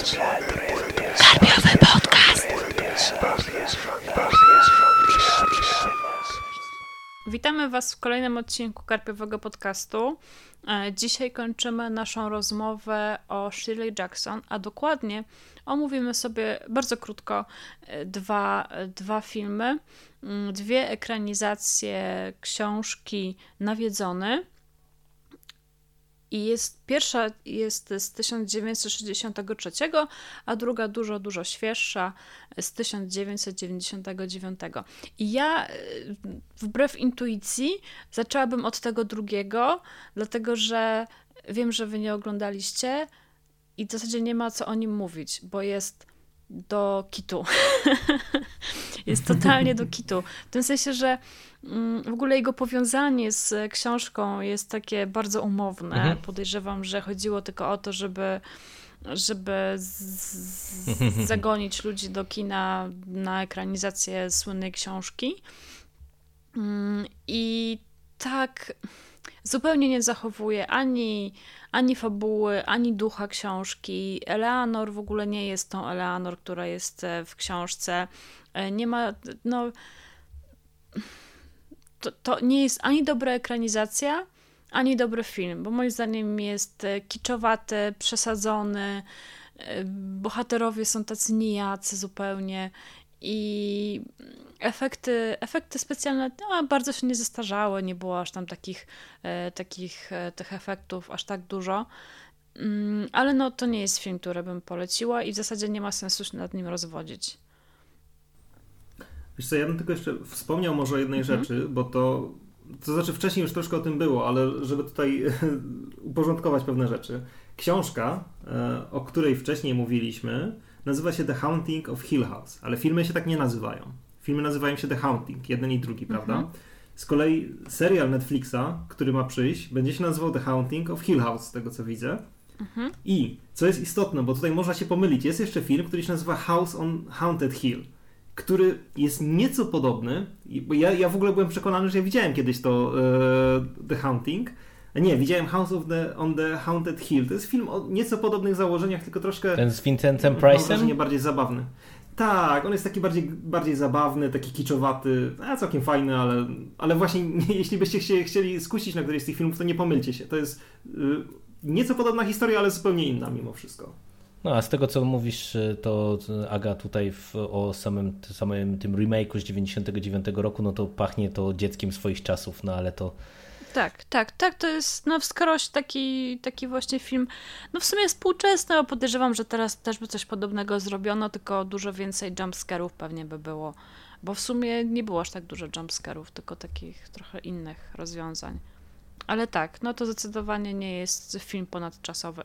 Karpiowy podcast. Witamy Was w kolejnym odcinku Karpiowego podcastu. Dzisiaj kończymy naszą rozmowę o Shirley Jackson, a dokładnie omówimy sobie bardzo krótko dwa filmy, dwie ekranizacje książki Nawiedzony. I pierwsza jest z 1963, a druga dużo świeższa z 1999. I ja wbrew intuicji zaczęłabym od tego drugiego, dlatego że wiem, że wy nie oglądaliście i w zasadzie nie ma co o nim mówić, bo jest do kitu. Jest totalnie do kitu. W tym sensie, że w ogóle jego powiązanie z książką jest takie bardzo umowne. Podejrzewam, że chodziło tylko o to, żeby zagonić ludzi do kina na ekranizację słynnej książki. I tak zupełnie nie zachowuje ani fabuły, ani ducha książki. Eleanor w ogóle nie jest tą Eleanor, która jest w książce. Nie ma, to nie jest ani dobra ekranizacja, ani dobry film, bo moim zdaniem jest kiczowaty, przesadzony, bohaterowie są tacy nijacy zupełnie i efekty specjalne bardzo się nie zestarzały, nie było aż tam tych efektów aż tak dużo, ale to nie jest film, który bym poleciła i w zasadzie nie ma sensu się nad nim rozwodzić. Wiesz co, ja bym tylko jeszcze wspomniał może o jednej rzeczy, bo to znaczy wcześniej już troszkę o tym było, ale żeby tutaj uporządkować pewne rzeczy. Książka, o której wcześniej mówiliśmy, nazywa się The Haunting of Hill House, ale filmy się tak nie nazywają. Filmy nazywają się The Haunting, jeden i drugi, prawda? Z kolei serial Netflixa, który ma przyjść, będzie się nazywał The Haunting of Hill House, z tego co widzę. I, co jest istotne, bo tutaj można się pomylić, jest jeszcze film, który się nazywa House on Haunted Hill, który jest nieco podobny, bo ja w ogóle byłem przekonany, że ja widziałem kiedyś to The Haunting. Nie, widziałem House on the Haunted Hill. To jest film o nieco podobnych założeniach, tylko troszkę... Ten z Vincentem Price'em? Nie bardziej zabawny. Tak, on jest taki bardziej zabawny, taki kiczowaty, całkiem fajny, ale właśnie jeśli byście chcieli skusić na któryś z tych filmów, to nie pomylcie się. To jest nieco podobna historia, ale zupełnie inna mimo wszystko. No a z tego co mówisz, to Aga tutaj o samym tym remake'u z 99 roku, no to pachnie to dzieckiem swoich czasów, no ale to... Tak, to jest wskroś taki właśnie film, w sumie współczesny, bo podejrzewam, że teraz też by coś podobnego zrobiono, tylko dużo więcej jumpscarów pewnie by było, bo w sumie nie było aż tak dużo jumpscarów, tylko takich trochę innych rozwiązań. Ale tak, to zdecydowanie nie jest film ponadczasowy.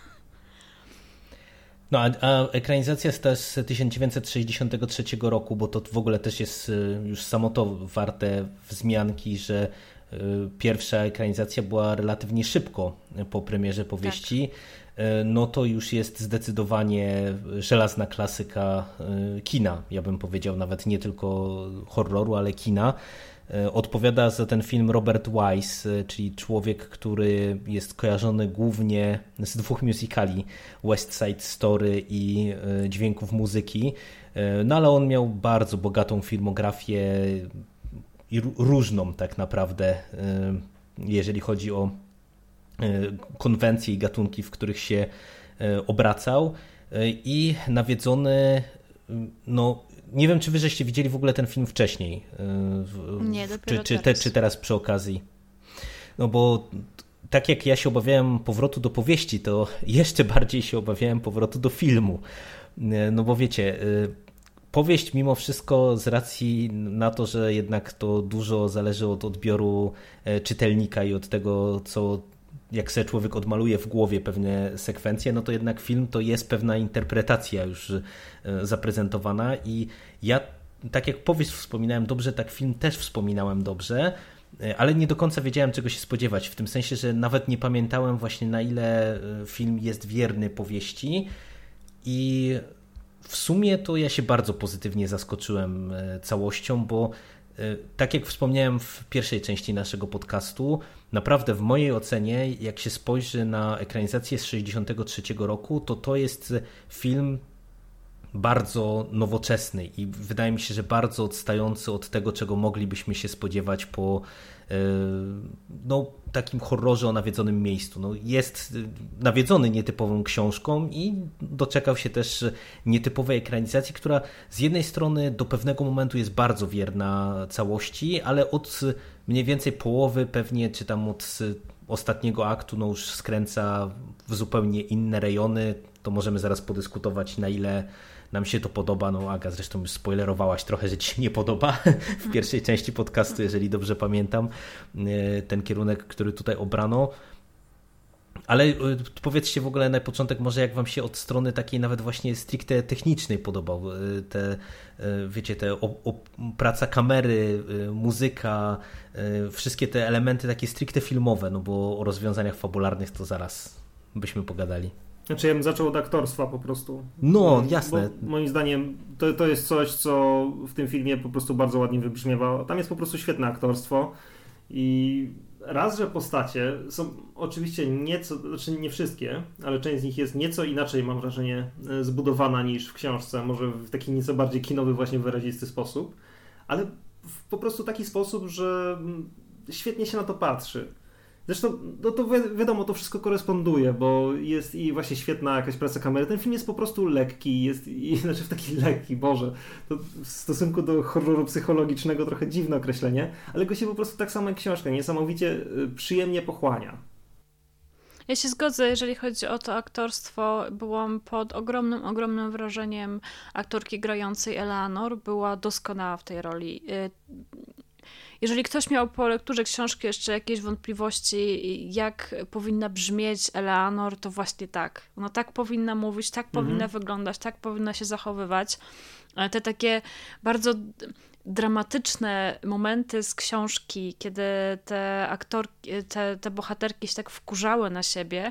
No a ekranizacja jest też z 1963 roku, bo to w ogóle też jest już samo to warte wzmianki, że pierwsza ekranizacja była relatywnie szybko po premierze powieści. Tak. No to już jest zdecydowanie żelazna klasyka kina, ja bym powiedział, nawet nie tylko horroru, ale kina. Odpowiada za ten film Robert Wise, czyli człowiek, który jest kojarzony głównie z dwóch musicali, West Side Story i Dźwięków muzyki, no ale on miał bardzo bogatą filmografię i różną tak naprawdę, jeżeli chodzi o konwencje i gatunki, w których się obracał. I Nawiedzony, nie wiem, czy wy żeście widzieli w ogóle ten film wcześniej. Nie, dopiero teraz. Czy teraz przy okazji. No bo tak jak ja się obawiałem powrotu do powieści, to jeszcze bardziej się obawiałem powrotu do filmu. No bo wiecie, powieść mimo wszystko z racji na to, że jednak to dużo zależy od odbioru czytelnika i od tego, jak sobie człowiek odmaluje w głowie pewne sekwencje, no to jednak film to jest pewna interpretacja już zaprezentowana i ja, tak jak powieść wspominałem dobrze, tak film też wspominałem dobrze, ale nie do końca wiedziałem, czego się spodziewać, w tym sensie, że nawet nie pamiętałem właśnie, na ile film jest wierny powieści i w sumie to ja się bardzo pozytywnie zaskoczyłem całością, bo tak jak wspomniałem w pierwszej części naszego podcastu, naprawdę w mojej ocenie, jak się spojrzy na ekranizację z 1963 roku, to jest film bardzo nowoczesny i wydaje mi się, że bardzo odstający od tego, czego moglibyśmy się spodziewać po takim horrorze o nawiedzonym miejscu. Jest nawiedzony nietypową książką i doczekał się też nietypowej ekranizacji, która z jednej strony do pewnego momentu jest bardzo wierna całości, ale od mniej więcej połowy pewnie, czy tam od ostatniego aktu już skręca w zupełnie inne rejony. To możemy zaraz podyskutować, na ile nam się to podoba. Aga, zresztą już spoilerowałaś trochę, że ci się nie podoba w pierwszej części podcastu, jeżeli dobrze pamiętam, ten kierunek, który tutaj obrano. Ale powiedzcie w ogóle na początek może, jak wam się od strony takiej nawet właśnie stricte technicznej podobał. Praca kamery, muzyka, wszystkie te elementy takie stricte filmowe, bo o rozwiązaniach fabularnych to zaraz byśmy pogadali. Znaczy ja bym zaczął od aktorstwa po prostu. Jasne. Bo moim zdaniem to jest coś, co w tym filmie po prostu bardzo ładnie wybrzmiewa. Tam jest po prostu świetne aktorstwo i raz, że postacie są oczywiście nie wszystkie, ale część z nich jest nieco inaczej, mam wrażenie, zbudowana niż w książce, może w taki nieco bardziej kinowy, właśnie wyrazisty sposób, ale w po prostu taki sposób, że świetnie się na to patrzy. Zresztą to wiadomo, to wszystko koresponduje, bo jest i właśnie świetna jakaś praca kamery. Ten film jest po prostu lekki, znaczy taki lekki, Boże, to w stosunku do horroru psychologicznego trochę dziwne określenie, ale go się po prostu tak samo jak książka niesamowicie przyjemnie pochłania. Ja się zgodzę, jeżeli chodzi o to aktorstwo. Byłam pod ogromnym wrażeniem aktorki grającej Eleanor. Była doskonała w tej roli. Jeżeli ktoś miał po lekturze książki jeszcze jakieś wątpliwości, jak powinna brzmieć Eleanor, to właśnie tak. Ona tak powinna mówić, tak powinna wyglądać, tak powinna się zachowywać. Te takie bardzo dramatyczne momenty z książki, kiedy te aktorki, te bohaterki się tak wkurzały na siebie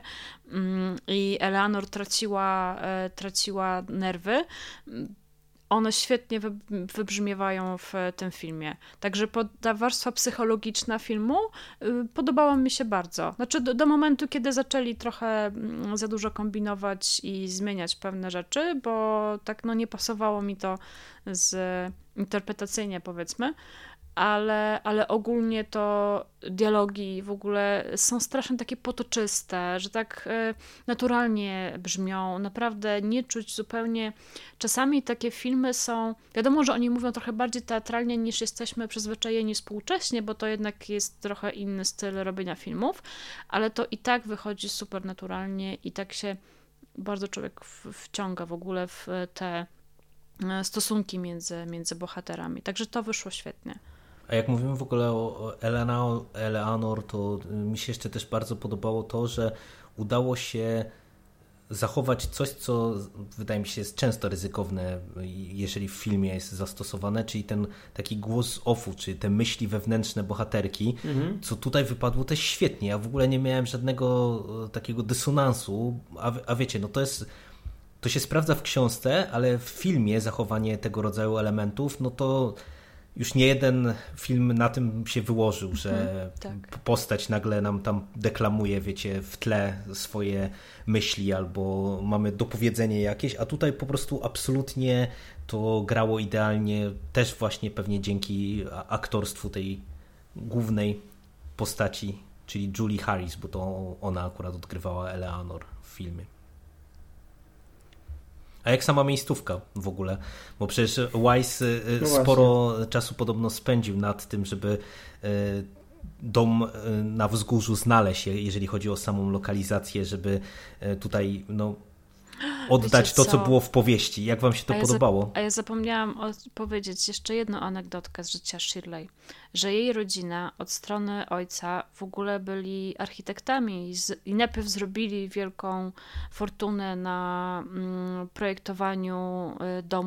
i Eleanor traciła nerwy, one świetnie wybrzmiewają w tym filmie. Także ta warstwa psychologiczna filmu podobała mi się bardzo. Znaczy do momentu, kiedy zaczęli trochę za dużo kombinować i zmieniać pewne rzeczy, bo tak nie pasowało mi to interpretacyjnie, powiedzmy. Ale ogólnie to dialogi w ogóle są strasznie takie potoczyste, że tak naturalnie brzmią, naprawdę nie czuć zupełnie. Czasami takie filmy są, wiadomo, że oni mówią trochę bardziej teatralnie niż jesteśmy przyzwyczajeni współcześnie, bo to jednak jest trochę inny styl robienia filmów, ale to i tak wychodzi super naturalnie i tak się bardzo człowiek wciąga w ogóle w te stosunki między bohaterami. Także to wyszło świetnie. A jak mówimy w ogóle o Eleanor, to mi się jeszcze też bardzo podobało to, że udało się zachować coś, co wydaje mi się jest często ryzykowne, jeżeli w filmie jest zastosowane, czyli ten taki głos offu, czyli te myśli wewnętrzne bohaterki, co tutaj wypadło też świetnie. Ja w ogóle nie miałem żadnego takiego dysonansu, a wiecie, to się sprawdza w książce, ale w filmie zachowanie tego rodzaju elementów, to już nie jeden film na tym się wyłożył, że postać nagle nam tam deklamuje, wiecie, w tle swoje myśli albo mamy dopowiedzenie jakieś, a tutaj po prostu absolutnie to grało idealnie, też właśnie pewnie dzięki aktorstwu tej głównej postaci, czyli Julie Harris, bo to ona akurat odgrywała Eleanor w filmie. A jak sama miejscówka w ogóle? Bo przecież Weiss sporo czasu podobno spędził nad tym, żeby dom na wzgórzu znaleźć, jeżeli chodzi o samą lokalizację, żeby tutaj oddać to, co było w powieści. Jak wam się to podobało? A ja zapomniałam powiedzieć jeszcze jedną anegdotkę z życia Shirley, że jej rodzina od strony ojca w ogóle byli architektami i najpierw zrobili wielką fortunę na projektowaniu domów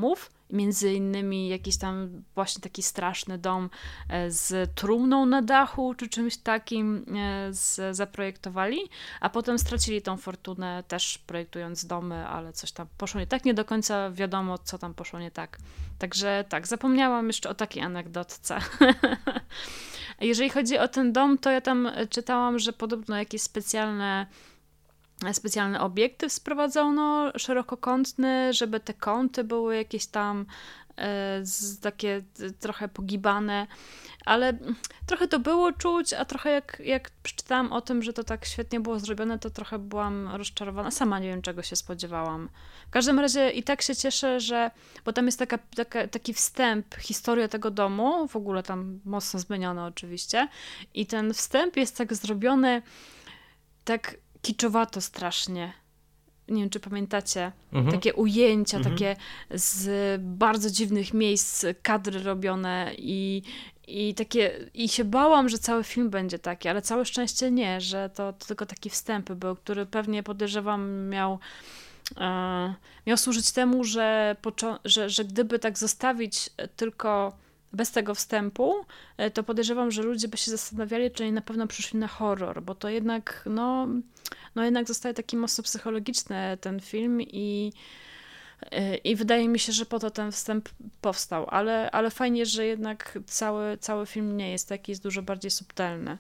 Między innymi jakiś tam właśnie taki straszny dom z trumną na dachu, czy czymś takim zaprojektowali, a potem stracili tą fortunę też projektując domy, ale coś tam poszło nie tak, nie do końca wiadomo, co tam poszło nie tak. Także tak, zapomniałam jeszcze o takiej anegdotce. Jeżeli chodzi o ten dom, to ja tam czytałam, że podobno jakieś specjalne obiekty wprowadzono, szerokokątne, żeby te kąty były jakieś tam takie trochę pogibane, ale trochę to było czuć, a trochę jak przeczytałam o tym, że to tak świetnie było zrobione, to trochę byłam rozczarowana. Sama nie wiem, czego się spodziewałam. W każdym razie i tak się cieszę, że, bo tam jest taki wstęp, historia tego domu, w ogóle tam mocno zmieniona oczywiście, i ten wstęp jest tak zrobiony, tak kiczowato strasznie. Nie wiem, czy pamiętacie, takie ujęcia, takie z bardzo dziwnych miejsc, kadry robione i takie, i się bałam, że cały film będzie taki, ale całe szczęście nie, że to tylko taki wstęp był, który pewnie podejrzewam miał służyć temu, że gdyby tak zostawić tylko bez tego wstępu, to podejrzewam, że ludzie by się zastanawiali, czy na pewno przyszli na horror, bo to jednak, jednak zostaje taki mocno psychologiczny ten film i wydaje mi się, że po to ten wstęp powstał, ale fajnie, że jednak cały film nie jest taki, jest dużo bardziej subtelny.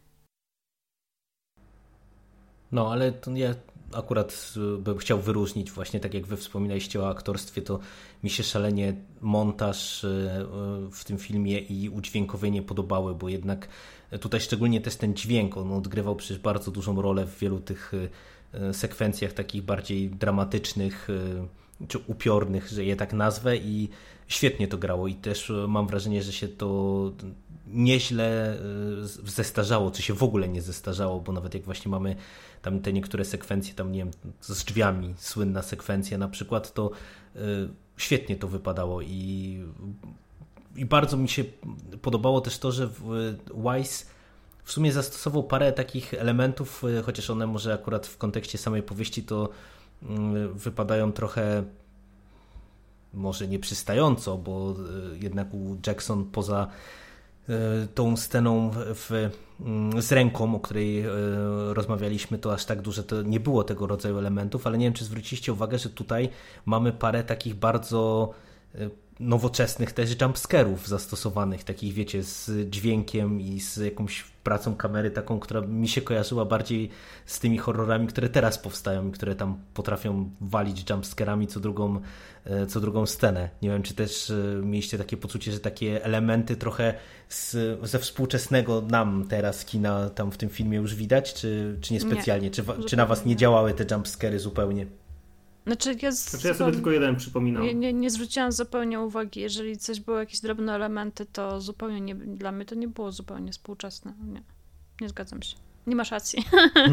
No, ale to ja akurat bym chciał wyróżnić właśnie, tak jak wy wspominaliście o aktorstwie, to mi się szalenie montaż w tym filmie i udźwiękowienie podobały, bo jednak tutaj szczególnie też ten dźwięk, on odgrywał przecież bardzo dużą rolę w wielu tych sekwencjach takich bardziej dramatycznych czy upiornych, że je tak nazwę, i świetnie to grało i też mam wrażenie, że się to nieźle zestarzało, czy się w ogóle nie zestarzało, bo nawet jak właśnie mamy tam te niektóre sekwencje, tam nie wiem, z drzwiami, słynna sekwencja na przykład, to świetnie to wypadało i bardzo mi się podobało też to, że Wise w sumie zastosował parę takich elementów, chociaż one może akurat w kontekście samej powieści to wypadają trochę może nieprzystająco, bo jednak Jackson poza tą sceną z ręką, o której rozmawialiśmy, to aż tak duże to nie było tego rodzaju elementów, ale nie wiem, czy zwróciliście uwagę, że tutaj mamy parę takich bardzo nowoczesnych też jumpscarów zastosowanych, takich wiecie, z dźwiękiem i z jakąś pracą kamery taką, która mi się kojarzyła bardziej z tymi horrorami, które teraz powstają i które tam potrafią walić jumpscarami co drugą scenę. Nie wiem, czy też mieliście takie poczucie, że takie elementy trochę ze współczesnego nam teraz kina tam w tym filmie już widać, czy niespecjalnie? Czy na was nie działały te jumpscary zupełnie? Znaczy ja sobie tylko jeden przypominam. Nie zwróciłam zupełnie uwagi. Jeżeli coś było, jakieś drobne elementy, to zupełnie nie, dla mnie to nie było zupełnie współczesne. Nie zgadzam się. Nie masz racji.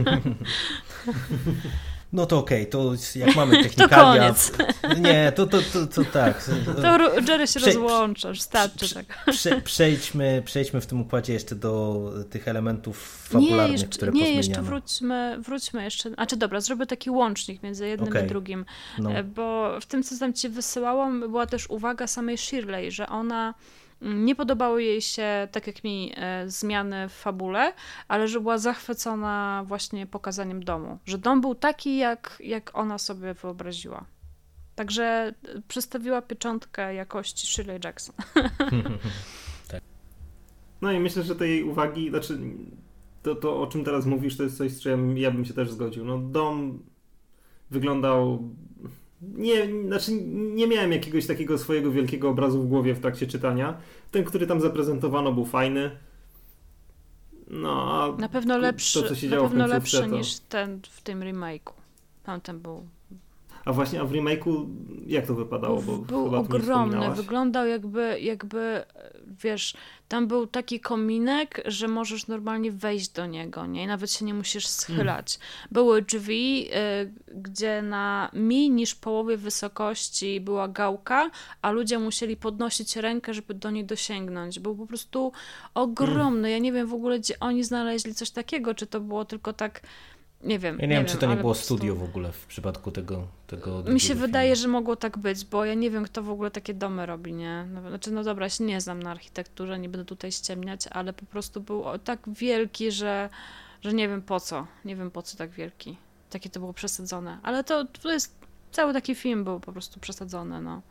No to okej, to jak mamy technikalia... To koniec. Nie, to tak. To Jerry się rozłącza, starczy tak. Przejdźmy w tym układzie jeszcze do tych elementów fabularnych, które pozmieniano. Nie, jeszcze wróćmy jeszcze. Dobra, zrobię taki łącznik między jednym i drugim. No. Bo w tym, co tam ci wysyłałam, była też uwaga samej Shirley, że ona... Nie podobały jej się, tak jak mi, zmiany w fabule, ale że była zachwycona właśnie pokazaniem domu. Że dom był taki, jak ona sobie wyobraziła. Także przystawiła pieczątkę jakości Shirley Jackson. Tak. No i myślę, że tej uwagi, znaczy to o czym teraz mówisz, to jest coś, z czym ja bym się też zgodził. No, dom wyglądał... Nie miałem jakiegoś takiego swojego wielkiego obrazu w głowie w trakcie czytania. Ten, który tam zaprezentowano, był fajny. No, a na pewno lepszy, to, co się działo w końcówce, niż ten w tym remake'u. Tamten był... A właśnie, a w remake'u jak to wypadało? Był ogromny, wyglądał jakby, wiesz, tam był taki kominek, że możesz normalnie wejść do niego, nie? I nawet się nie musisz schylać. Były drzwi, gdzie na mniej niż połowie wysokości była gałka, a ludzie musieli podnosić rękę, żeby do niej dosięgnąć. Był po prostu ogromny. Ja nie wiem w ogóle, gdzie oni znaleźli coś takiego, czy to było tylko tak Nie wiem. Ja nie wiem, czy to nie było prostu... studio w ogóle w przypadku tego Mi się wydaje, filmu. że mogło tak być, bo ja nie wiem, kto w ogóle takie domy robi, nie? Znaczy, no dobra, ja się nie znam na architekturze, nie będę tutaj ściemniać, ale po prostu był tak wielki, że nie wiem po co. Nie wiem po co tak wielki. Takie to było przesadzone. Ale to jest... Cały taki film był po prostu przesadzony, no.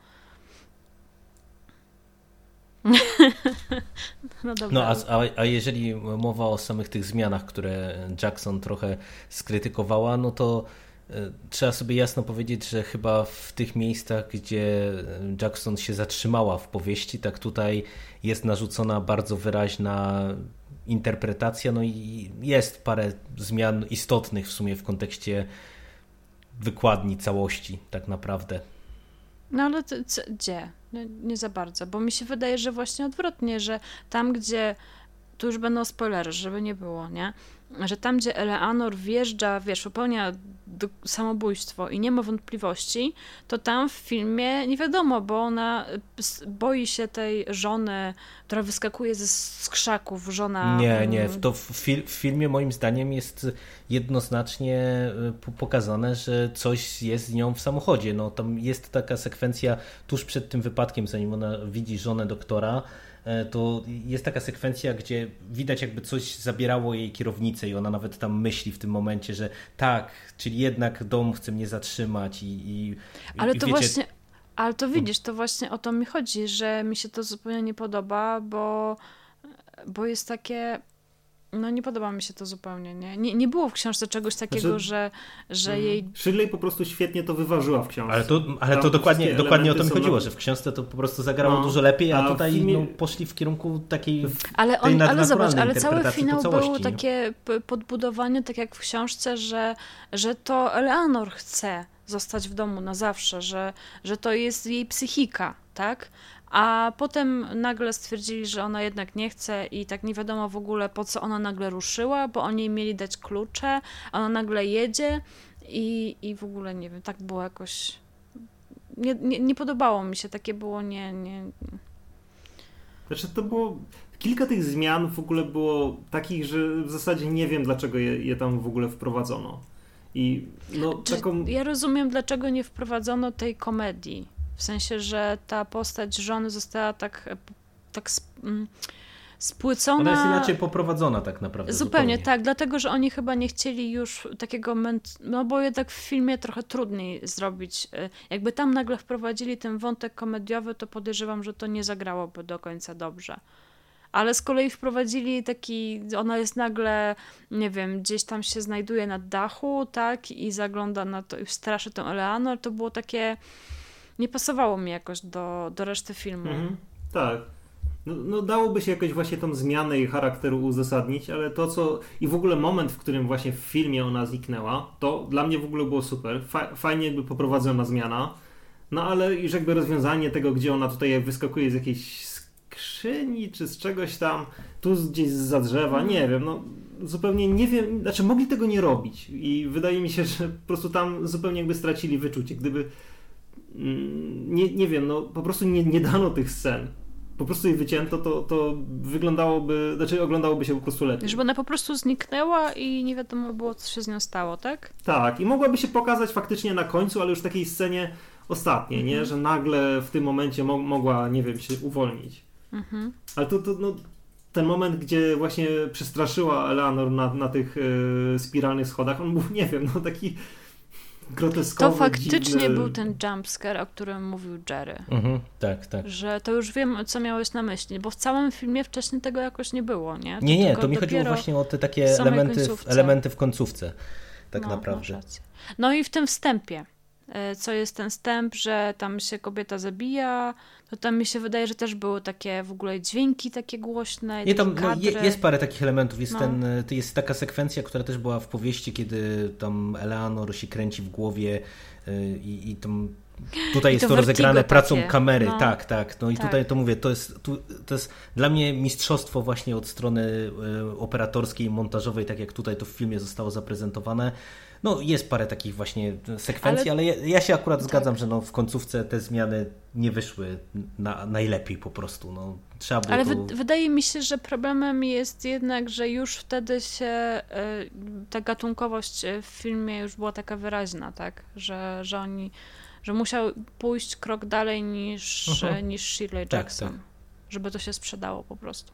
No dobra. No a jeżeli mowa o samych tych zmianach, które Jackson trochę skrytykowała, no to trzeba sobie jasno powiedzieć, że chyba w tych miejscach, gdzie Jackson się zatrzymała w powieści, tak tutaj jest narzucona bardzo wyraźna interpretacja, no i jest parę zmian istotnych w sumie w kontekście wykładni całości tak naprawdę. No ale gdzie? No, nie za bardzo, bo mi się wydaje, że właśnie odwrotnie, że tam, gdzie, tu już będą spoilery, żeby nie było, nie? Że tam, gdzie Eleanor wjeżdża, wiesz, popełnia samobójstwo i nie ma wątpliwości, to tam w filmie nie wiadomo, bo ona boi się tej żony, która wyskakuje z krzaków, żona... Nie, to w filmie moim zdaniem jest jednoznacznie pokazane, że coś jest z nią w samochodzie. No, tam jest taka sekwencja tuż przed tym wypadkiem, zanim ona widzi żonę doktora, to jest taka sekwencja, gdzie widać jakby coś zabierało jej kierownicę i ona nawet tam myśli w tym momencie, że tak, czyli jednak dom chce mnie zatrzymać Ale to wiecie... właśnie, ale to widzisz, to właśnie o to mi chodzi, że mi się to zupełnie nie podoba, bo jest takie... No nie podoba mi się to zupełnie, nie? Nie było w książce czegoś takiego, że jej... Shirley po prostu świetnie to wyważyła w książce. Ale to dokładnie o to mi chodziło, że w książce to po prostu zagrało dużo lepiej, a tutaj filmie... poszli w kierunku takiej ale zobacz, ale cały finał całości, był takie podbudowanie, tak jak w książce, że to Eleanor chce zostać w domu na zawsze, że to jest jej psychika, tak? A potem nagle stwierdzili, że ona jednak nie chce i tak nie wiadomo w ogóle, po co ona nagle ruszyła, bo oni jej mieli dać klucze, a ona nagle jedzie i w ogóle nie wiem, tak było jakoś... Nie podobało mi się, takie było nie... Znaczy to było... Kilka tych zmian w ogóle było takich, że w zasadzie nie wiem, dlaczego je tam w ogóle wprowadzono. I no taką... Ja rozumiem, dlaczego nie wprowadzono tej komedii. W sensie, że ta postać żony została tak spłycona. Ona jest inaczej poprowadzona tak naprawdę. Zupełnie tak, dlatego, że oni chyba nie chcieli już takiego, no bo jednak w filmie trochę trudniej zrobić. Jakby tam nagle wprowadzili ten wątek komediowy, to podejrzewam, że to nie zagrałoby do końca dobrze. Ale z kolei wprowadzili ona jest nagle, nie wiem, gdzieś tam się znajduje na dachu, tak, i zagląda na to i straszy tę Eleanor, to było takie... Nie pasowało mi jakoś do reszty filmu. Tak. No dałoby się jakoś właśnie tą zmianę jej charakteru uzasadnić, ale to co... I w ogóle moment, w którym właśnie w filmie ona zniknęła, to dla mnie w ogóle było super. Fajnie jakby poprowadzona zmiana. No ale już jakby rozwiązanie tego, gdzie ona tutaj wyskakuje z jakiejś skrzyni, czy z czegoś tam, tu gdzieś zza drzewa, nie wiem, no zupełnie nie wiem, znaczy mogli tego nie robić i wydaje mi się, że po prostu tam zupełnie jakby stracili wyczucie, gdyby nie wiem, no po prostu nie dano tych scen. Po prostu je wycięto, to wyglądałoby, znaczy oglądałoby się po prostu lepiej. Żeby ona po prostu zniknęła i nie wiadomo było, co się z nią stało, tak? Tak, i mogłaby się pokazać faktycznie na końcu, ale już w takiej scenie ostatniej, nie? Że nagle w tym momencie mogła, nie wiem, się uwolnić. Ale no, ten moment, gdzie właśnie przestraszyła Eleanor na tych spiralnych schodach, on był, nie wiem, no taki groteskowy, to faktycznie dziwny. był ten jumpscare, o którym mówił Jerry. Tak. Że to już wiem, co miałeś na myśli, bo w całym filmie wcześniej tego jakoś nie było, nie? Nie, to mi chodziło właśnie o te takie elementy w końcówce, tak naprawdę. No i w tym wstępie, co jest ten wstęp, że tam się kobieta zabija, to tam mi się wydaje, że też były takie w ogóle dźwięki takie głośne. Nie, tam jest parę takich elementów. Jest taka sekwencja, która też była w powieści, kiedy tam Eleanor się kręci w głowie i tam tutaj jest to rozegrane pracą kamery. No. Tak. No i tutaj to mówię, to jest dla mnie mistrzostwo właśnie od strony operatorskiej, montażowej, tak jak tutaj to w filmie zostało zaprezentowane. No jest parę takich właśnie sekwencji, ale ja się akurat zgadzam, że no w końcówce te zmiany nie wyszły najlepiej po prostu. No, trzeba było ale to... wydaje mi się, że problemem jest jednak, że już wtedy się ta gatunkowość w filmie już była taka wyraźna, tak? Że musiał pójść krok dalej niż Shirley Jackson, tak. Żeby to się sprzedało po prostu.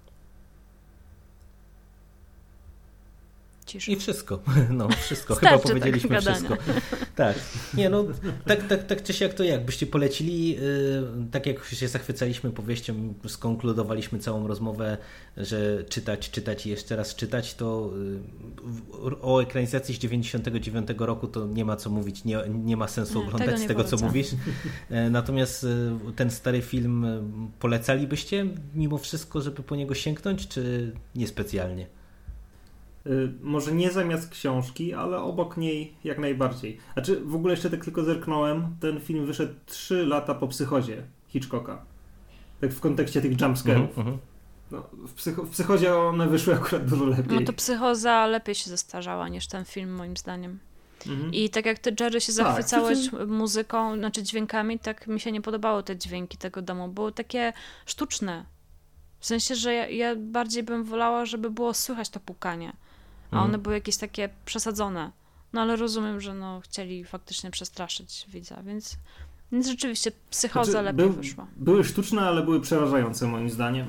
Cisza. I wszystko. No, wszystko. Chyba powiedzieliśmy wszystko. Tak. Nie, no, tak czy siak to jak? Byście polecili, tak jak się zachwycaliśmy powieścią, skonkludowaliśmy całą rozmowę, że czytać i jeszcze raz czytać, to o ekranizacji z 99 roku to nie ma co mówić, nie ma sensu oglądać z tego, co mówisz. Natomiast ten stary film polecalibyście mimo wszystko, żeby po niego sięgnąć, czy niespecjalnie? Może nie zamiast książki, ale obok niej jak najbardziej. Znaczy, w ogóle jeszcze tak tylko zerknąłem, ten film wyszedł 3 lata po Psychozie Hitchcocka. Tak w kontekście tych jumpscare'ów. No, w Psychozie one wyszły akurat dużo lepiej. No to Psychoza lepiej się zestarzała niż ten film, moim zdaniem. I tak jak ty, Jerry, się zachwycałeś muzyką, znaczy dźwiękami, tak mi się nie podobały te dźwięki tego domu. Były takie sztuczne. W sensie, że ja bardziej bym wolała, żeby było słychać to pukanie. A one były jakieś takie przesadzone. No ale rozumiem, że chcieli faktycznie przestraszyć widza, więc rzeczywiście Psychoza lepiej wyszła. Były sztuczne, ale były przerażające moim zdaniem.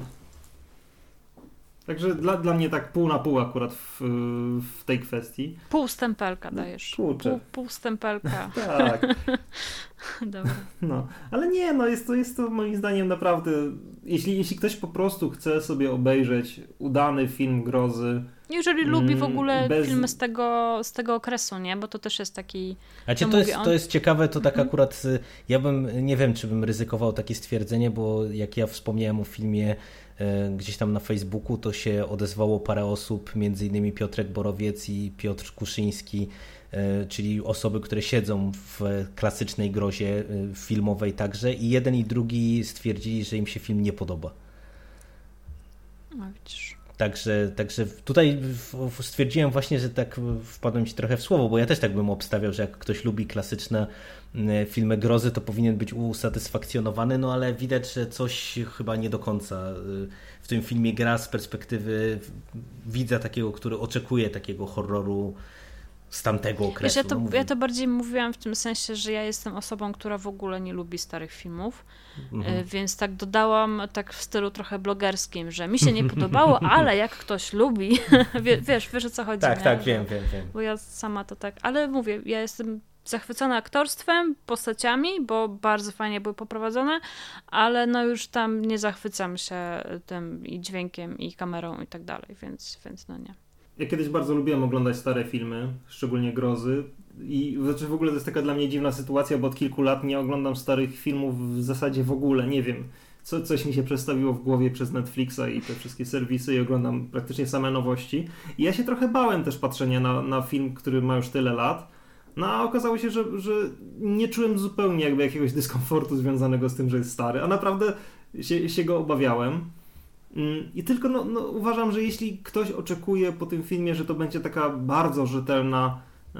Także dla mnie tak pół na pół akurat w tej kwestii. Pół stempelka dajesz. Pół stempelka. Tak. Dobra. No, ale nie, jest to moim zdaniem naprawdę, jeśli ktoś po prostu chce sobie obejrzeć udany film grozy. Jeżeli lubi w ogóle filmy z tego okresu, nie? Bo to też jest taki... A to jest ciekawe, to tak akurat ja nie wiem, czy bym ryzykował takie stwierdzenie, bo jak ja wspomniałem o filmie gdzieś tam na Facebooku, to się odezwało parę osób, między innymi Piotrek Borowiec i Piotr Kuszyński, czyli osoby, które siedzą w klasycznej grozie filmowej także, i jeden i drugi stwierdzili, że im się film nie podoba. No widzisz. Także tutaj stwierdziłem właśnie, że tak wpadłem ci trochę w słowo, bo ja też tak bym obstawiał, że jak ktoś lubi klasyczne filmy grozy, to powinien być usatysfakcjonowany, no ale widać, że coś chyba nie do końca w tym filmie gra z perspektywy widza takiego, który oczekuje takiego horroru z tamtego okresu. Ja to bardziej mówiłam w tym sensie, że ja jestem osobą, która w ogóle nie lubi starych filmów, więc tak dodałam tak w stylu trochę blogerskim, że mi się nie podobało, ale jak ktoś lubi, wiesz o co chodzi. Tak, wiem. Bo ja sama to tak, ale mówię, ja jestem zachwycona aktorstwem, postaciami, bo bardzo fajnie były poprowadzone, ale już tam nie zachwycam się tym i dźwiękiem, i kamerą i tak dalej, więc nie. Ja kiedyś bardzo lubiłem oglądać stare filmy, szczególnie grozy, i w ogóle to jest taka dla mnie dziwna sytuacja, bo od kilku lat nie oglądam starych filmów w zasadzie w ogóle, nie wiem. Coś mi się przestawiło w głowie przez Netflixa i te wszystkie serwisy i oglądam praktycznie same nowości. I ja się trochę bałem też patrzenia na film, który ma już tyle lat. No a okazało się, że nie czułem zupełnie jakby jakiegoś dyskomfortu związanego z tym, że jest stary, a naprawdę się go obawiałem. I tylko uważam, że jeśli ktoś oczekuje po tym filmie, że to będzie taka bardzo rzetelna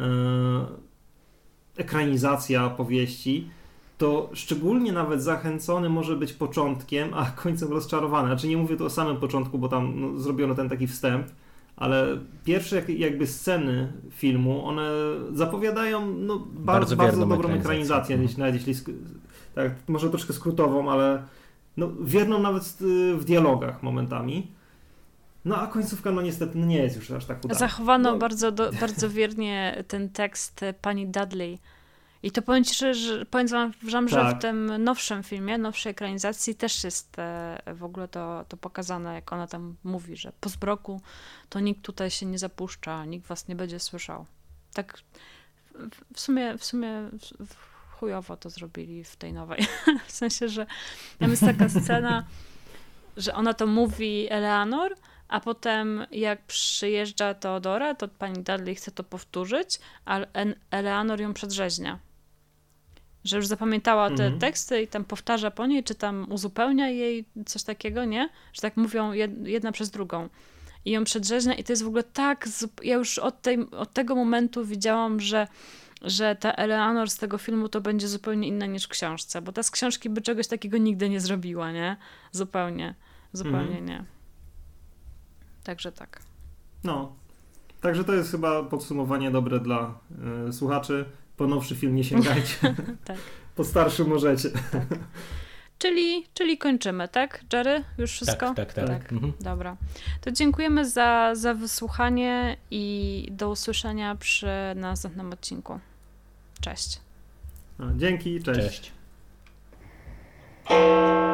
ekranizacja powieści, to szczególnie nawet zachęcony może być początkiem, a końcem rozczarowany. Znaczy nie mówię tu o samym początku, bo tam zrobiono ten taki wstęp, ale pierwsze jakby sceny filmu, one zapowiadają bardzo dobrą ekranizację, nawet jeśli tak, może troszkę skrótową, ale wierną nawet w dialogach momentami. No a końcówka niestety nie jest już aż tak udana. Zachowano bardzo wiernie ten tekst pani Dudley. I to powiem ci, że w tym nowszym filmie, nowszej ekranizacji też jest w ogóle to pokazane, jak ona tam mówi, że po zbroku to nikt tutaj się nie zapuszcza, nikt was nie będzie słyszał. Tak w sumie chujowo to zrobili w tej nowej. W sensie, że tam jest taka scena, że ona to mówi Eleanor, a potem jak przyjeżdża Teodora, to pani Dudley chce to powtórzyć, ale Eleanor ją przedrzeźnia. Że już zapamiętała te teksty i tam powtarza po niej, czy tam uzupełnia jej coś takiego, nie? Że tak mówią jedna przez drugą. i ją przedrzeźnia i to jest w ogóle tak, ja już od tego momentu widziałam, że ta Eleanor z tego filmu to będzie zupełnie inna niż w książce, bo ta z książki by czegoś takiego nigdy nie zrobiła, nie? Zupełnie nie. Także tak. No, także to jest chyba podsumowanie dobre dla słuchaczy. Po nowszy film nie sięgajcie. Tak. Po starszym możecie. Tak. Czyli kończymy, tak, Jerry? Już wszystko? Tak. Mhm. Dobra. To dziękujemy za wysłuchanie i do usłyszenia przy następnym odcinku. Cześć. Dzięki, cześć. Cześć.